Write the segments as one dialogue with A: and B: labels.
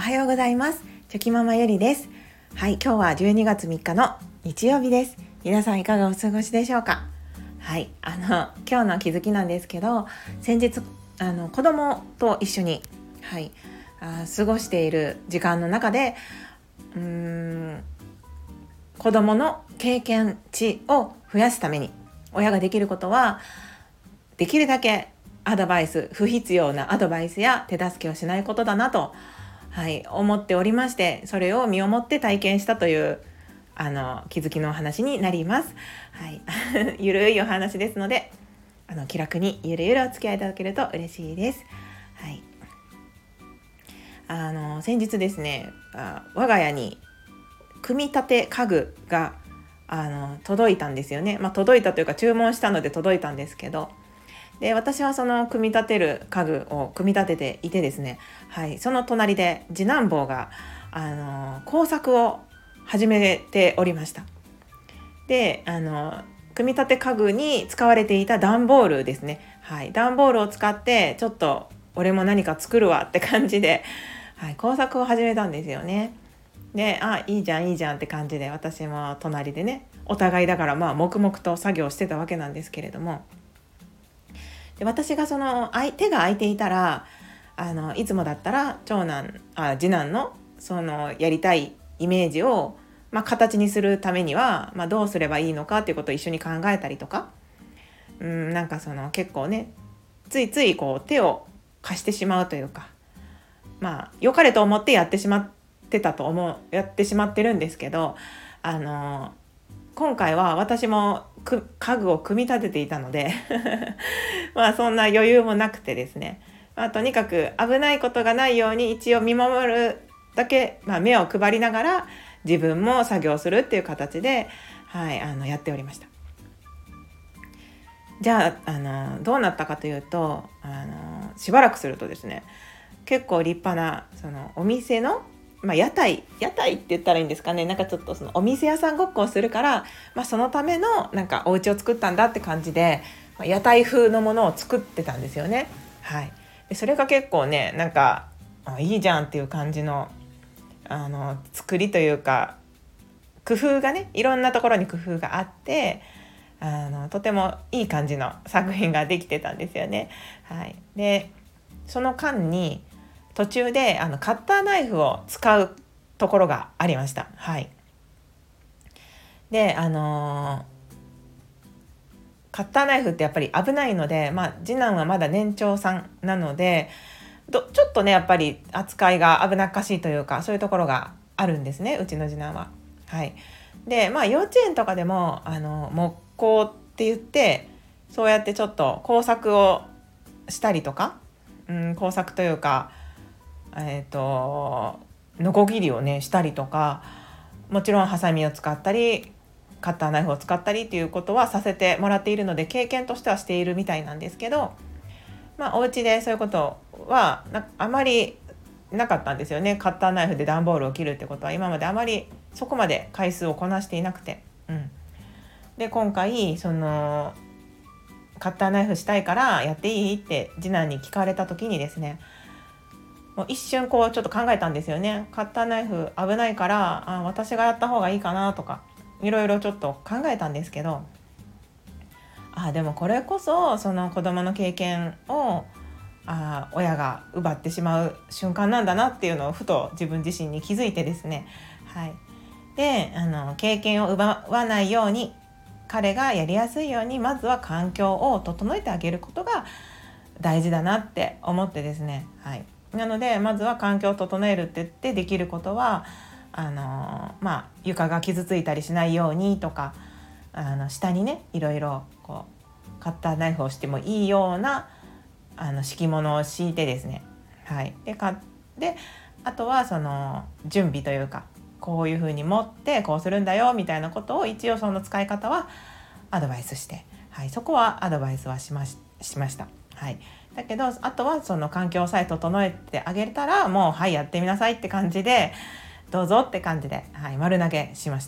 A: はようございます。チョキママゆりです。はい、今日は12月3日の日曜日です。皆さんいかがお過ごしでしょうか。はい、今日の気づきなんですけど、先日子供と一緒に、過ごしている時間の中で子供の経験値を増やすために親ができることは、できるだけアドバイス、不必要なアドバイスや手助けをしないことだなと、思っておりまして、それを身をもって体験したという気づきのお話になります。ゆるいお話ですので、気楽にゆるゆるお付き合いいただけると嬉しいです。先日ですね、我が家に組み立て家具が届いたんですよね。届いたというか注文したので届いたんですけど、で私はその組み立てる家具を組み立てていてですね、その隣で次男坊が工作を始めておりました。で組み立て家具に使われていた段ボールですね、段ボールを使ってちょっと俺も何か作るわって感じで、工作を始めたんですよね。でいいじゃんって感じで、私も隣でね、お互いだから黙々と作業してたわけなんですけれども、で私が手が空いていたらいつもだったら次男のそのやりたいイメージを、形にするためには、どうすればいいのかっていうことを一緒に考えたりとか、結構ね、ついつい手を貸してしまうというか、良かれと思ってやってしまってるんですけど、今回は私も家具を組み立てていたのでそんな余裕もなくてですね、とにかく危ないことがないように一応見守るだけ、目を配りながら自分も作業するっていう形で、やっておりました。じゃあ、どうなったかというと、しばらくするとですね、結構立派なお店の屋台って言ったらいいんですかね、ちょっとお店屋さんごっこをするから、そのためのお家を作ったんだって感じで、屋台風のものを作ってたんですよね。でそれが結構ね、いいじゃんっていう感じの作りというか、工夫がね、いろんなところに工夫があって、とてもいい感じの作品ができてたんですよね。でその間に途中でカッターナイフを使うところがありました。でカッターナイフってやっぱり危ないので、次男はまだ年長さんなので、ちょっとねやっぱり扱いが危なっかしいというか、そういうところがあるんですね、うちの次男は。で幼稚園とかでも木工って言って、そうやってちょっと工作をしたりとか、工作というかノコギリをねしたりとか、もちろんハサミを使ったりカッターナイフを使ったりっていうことはさせてもらっているので、経験としてはしているみたいなんですけど、お家でそういうことはあまりなかったんですよね。カッターナイフで段ボールを切るってことは今まであまりそこまで回数をこなしていなくて、で今回カッターナイフしたいからやっていいって次男に聞かれた時にですね、もう一瞬ちょっと考えたんですよね。カッターナイフ危ないから私がやった方がいいかなとか、いろいろちょっと考えたんですけど、でもこれこそその子供の経験を親が奪ってしまう瞬間なんだなっていうのをふと自分自身に気づいてですね、で経験を奪わないように、彼がやりやすいようにまずは環境を整えてあげることが大事だなって思ってですね、なのでまずは環境を整えるって言ってできることは床が傷ついたりしないようにとか、下にねいろいろカッターナイフをしてもいいような敷物を敷いてですね、であとは準備というか、こういう風に持ってこうするんだよみたいなことを一応その使い方はアドバイスして、そこはアドバイスはしました。だけどあとはその環境さえ整えてあげたらもうやってみなさいって感じで、どうぞって感じで、丸投げしました。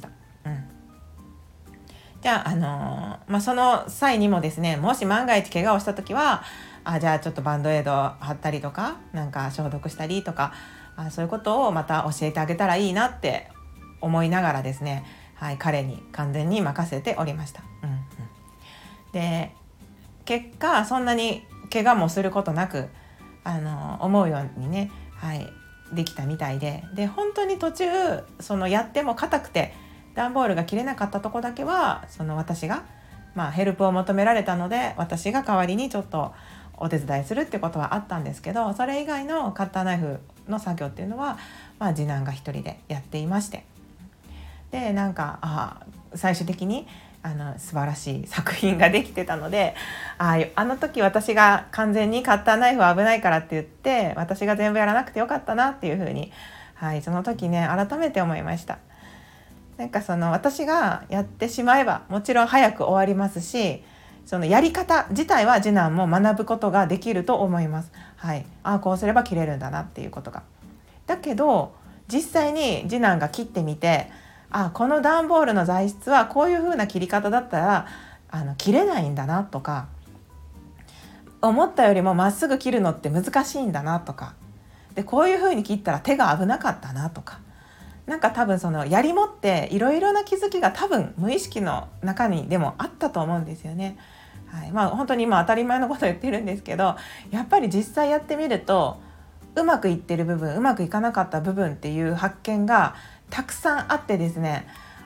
A: じゃあ、その際にもですね、もし万が一怪我をした時はじゃあちょっとバンドエイド貼ったりとか、消毒したりとかそういうことをまた教えてあげたらいいなって思いながらですね、彼に完全に任せておりました。で結果そんなに怪我もすることなく思うようにね、できたみたいで、本当に途中やっても硬くて段ボールが切れなかったとこだけは私が、ヘルプを求められたので私が代わりにちょっとお手伝いするってことはあったんですけど、それ以外のカッターナイフの作業っていうのは、次男が一人でやっていまして、で最終的に素晴らしい作品ができてたので、あの時私が完全にカッターナイフは危ないからって言って私が全部やらなくてよかったなっていうふうに、その時ね改めて思いました。私がやってしまえばもちろん早く終わりますし、やり方自体は次男も学ぶことができると思います。こうすれば切れるんだなっていうことが。だけど実際に次男が切ってみて、この段ボールの材質はこういう風な切り方だったら切れないんだなとか、思ったよりもまっすぐ切るのって難しいんだなとか、でこういう風に切ったら手が危なかったなとか、多分やりもっていろいろな気づきが多分無意識の中にでもあったと思うんですよね。本当に今当たり前のこと言ってるんですけど、やっぱり実際やってみるとうまくいってる部分、うまくいかなかった部分っていう発見がたくさんあってですね、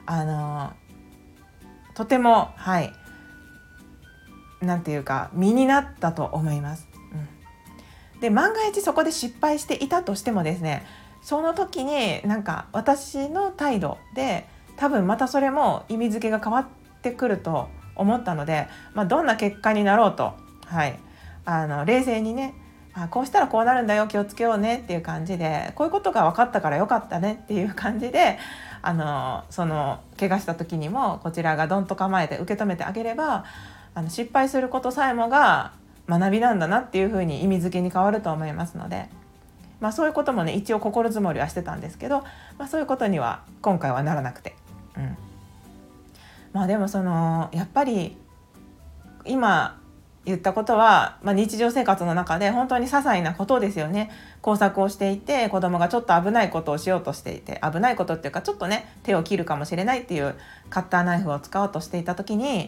A: とてもなんていうか身になったと思います。で万が一そこで失敗していたとしてもですね、その時に私の態度で多分またそれも意味付けが変わってくると思ったので、どんな結果になろうと、冷静にね、こうしたらこうなるんだよ、気をつけようねっていう感じで、こういうことが分かったからよかったねっていう感じで怪我した時にもこちらがどんと構えて受け止めてあげれば、失敗することさえもが学びなんだなっていうふうに意味付けに変わると思いますので、そういうこともね一応心づもりはしてたんですけど、そういうことには今回はならなくて、でもやっぱり今言ったことは、日常生活の中で本当に些細なことですよね。工作をしていて子供がちょっと危ないことをしようとしていて、危ないことっていうかちょっとね手を切るかもしれないっていうカッターナイフを使おうとしていた時に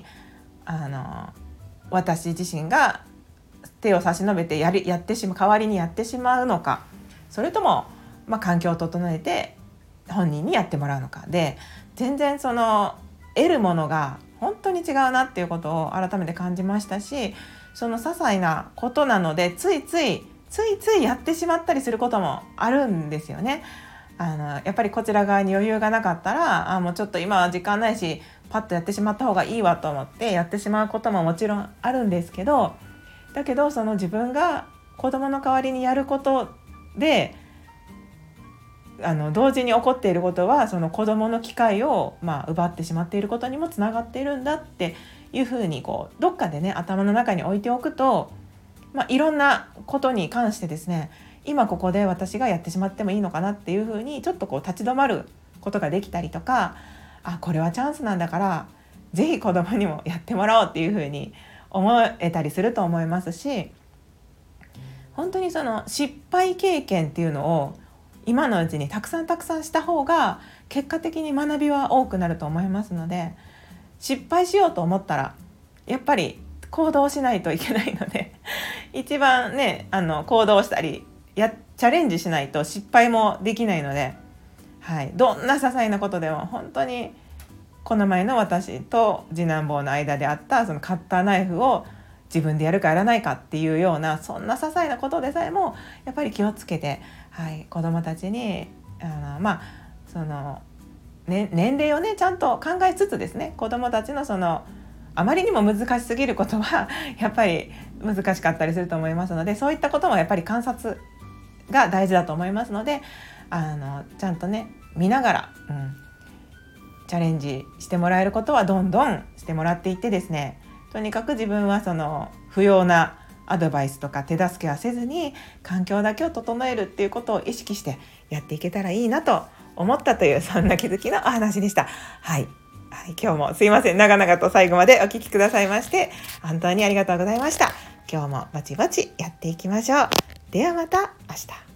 A: 私自身が手を差し伸べて代わりにやってしまうのか、それとも、環境を整えて本人にやってもらうのかで、全然得るものが本当に違うなっていうことを改めて感じましたし、些細なことなのでついついやってしまったりすることもあるんですよね。やっぱりこちら側に余裕がなかったらもうちょっと今は時間ないしパッとやってしまった方がいいわと思ってやってしまうことももちろんあるんですけど、だけど自分が子供の代わりにやることで同時に起こっていることは子供の機会を奪ってしまっていることにもつながっているんだっていうふうにどっかでね頭の中に置いておくと、いろんなことに関してですね、今ここで私がやってしまってもいいのかなっていうふうにちょっと立ち止まることができたりとか、これはチャンスなんだからぜひ子供にもやってもらおうっていうふうに思えたりすると思いますし、本当に失敗経験っていうのを今のうちにたくさんした方が結果的に学びは多くなると思いますので、失敗しようと思ったらやっぱり行動しないといけないので一番ね行動したりチャレンジしないと失敗もできないので、どんな些細なことでも本当にこの前の私と次男坊の間であったカッターナイフを自分でやるかやらないかっていうようなそんな些細なことでさえもやっぱり気をつけて、子どもたちに年齢をねちゃんと考えつつですね、子どもたちのあまりにも難しすぎることはやっぱり難しかったりすると思いますので、そういったこともやっぱり観察が大事だと思いますので、ちゃんとね見ながら、チャレンジしてもらえることはどんどんしてもらっていってですね、とにかく自分は不要なアドバイスとか手助けはせずに環境だけを整えるっていうことを意識してやっていけたらいいなと思ったという、そんな気づきのお話でした。今日もすいません、長々と最後までお聞きくださいまして本当にありがとうございました。今日もぼちぼちやっていきましょう。ではまた明日。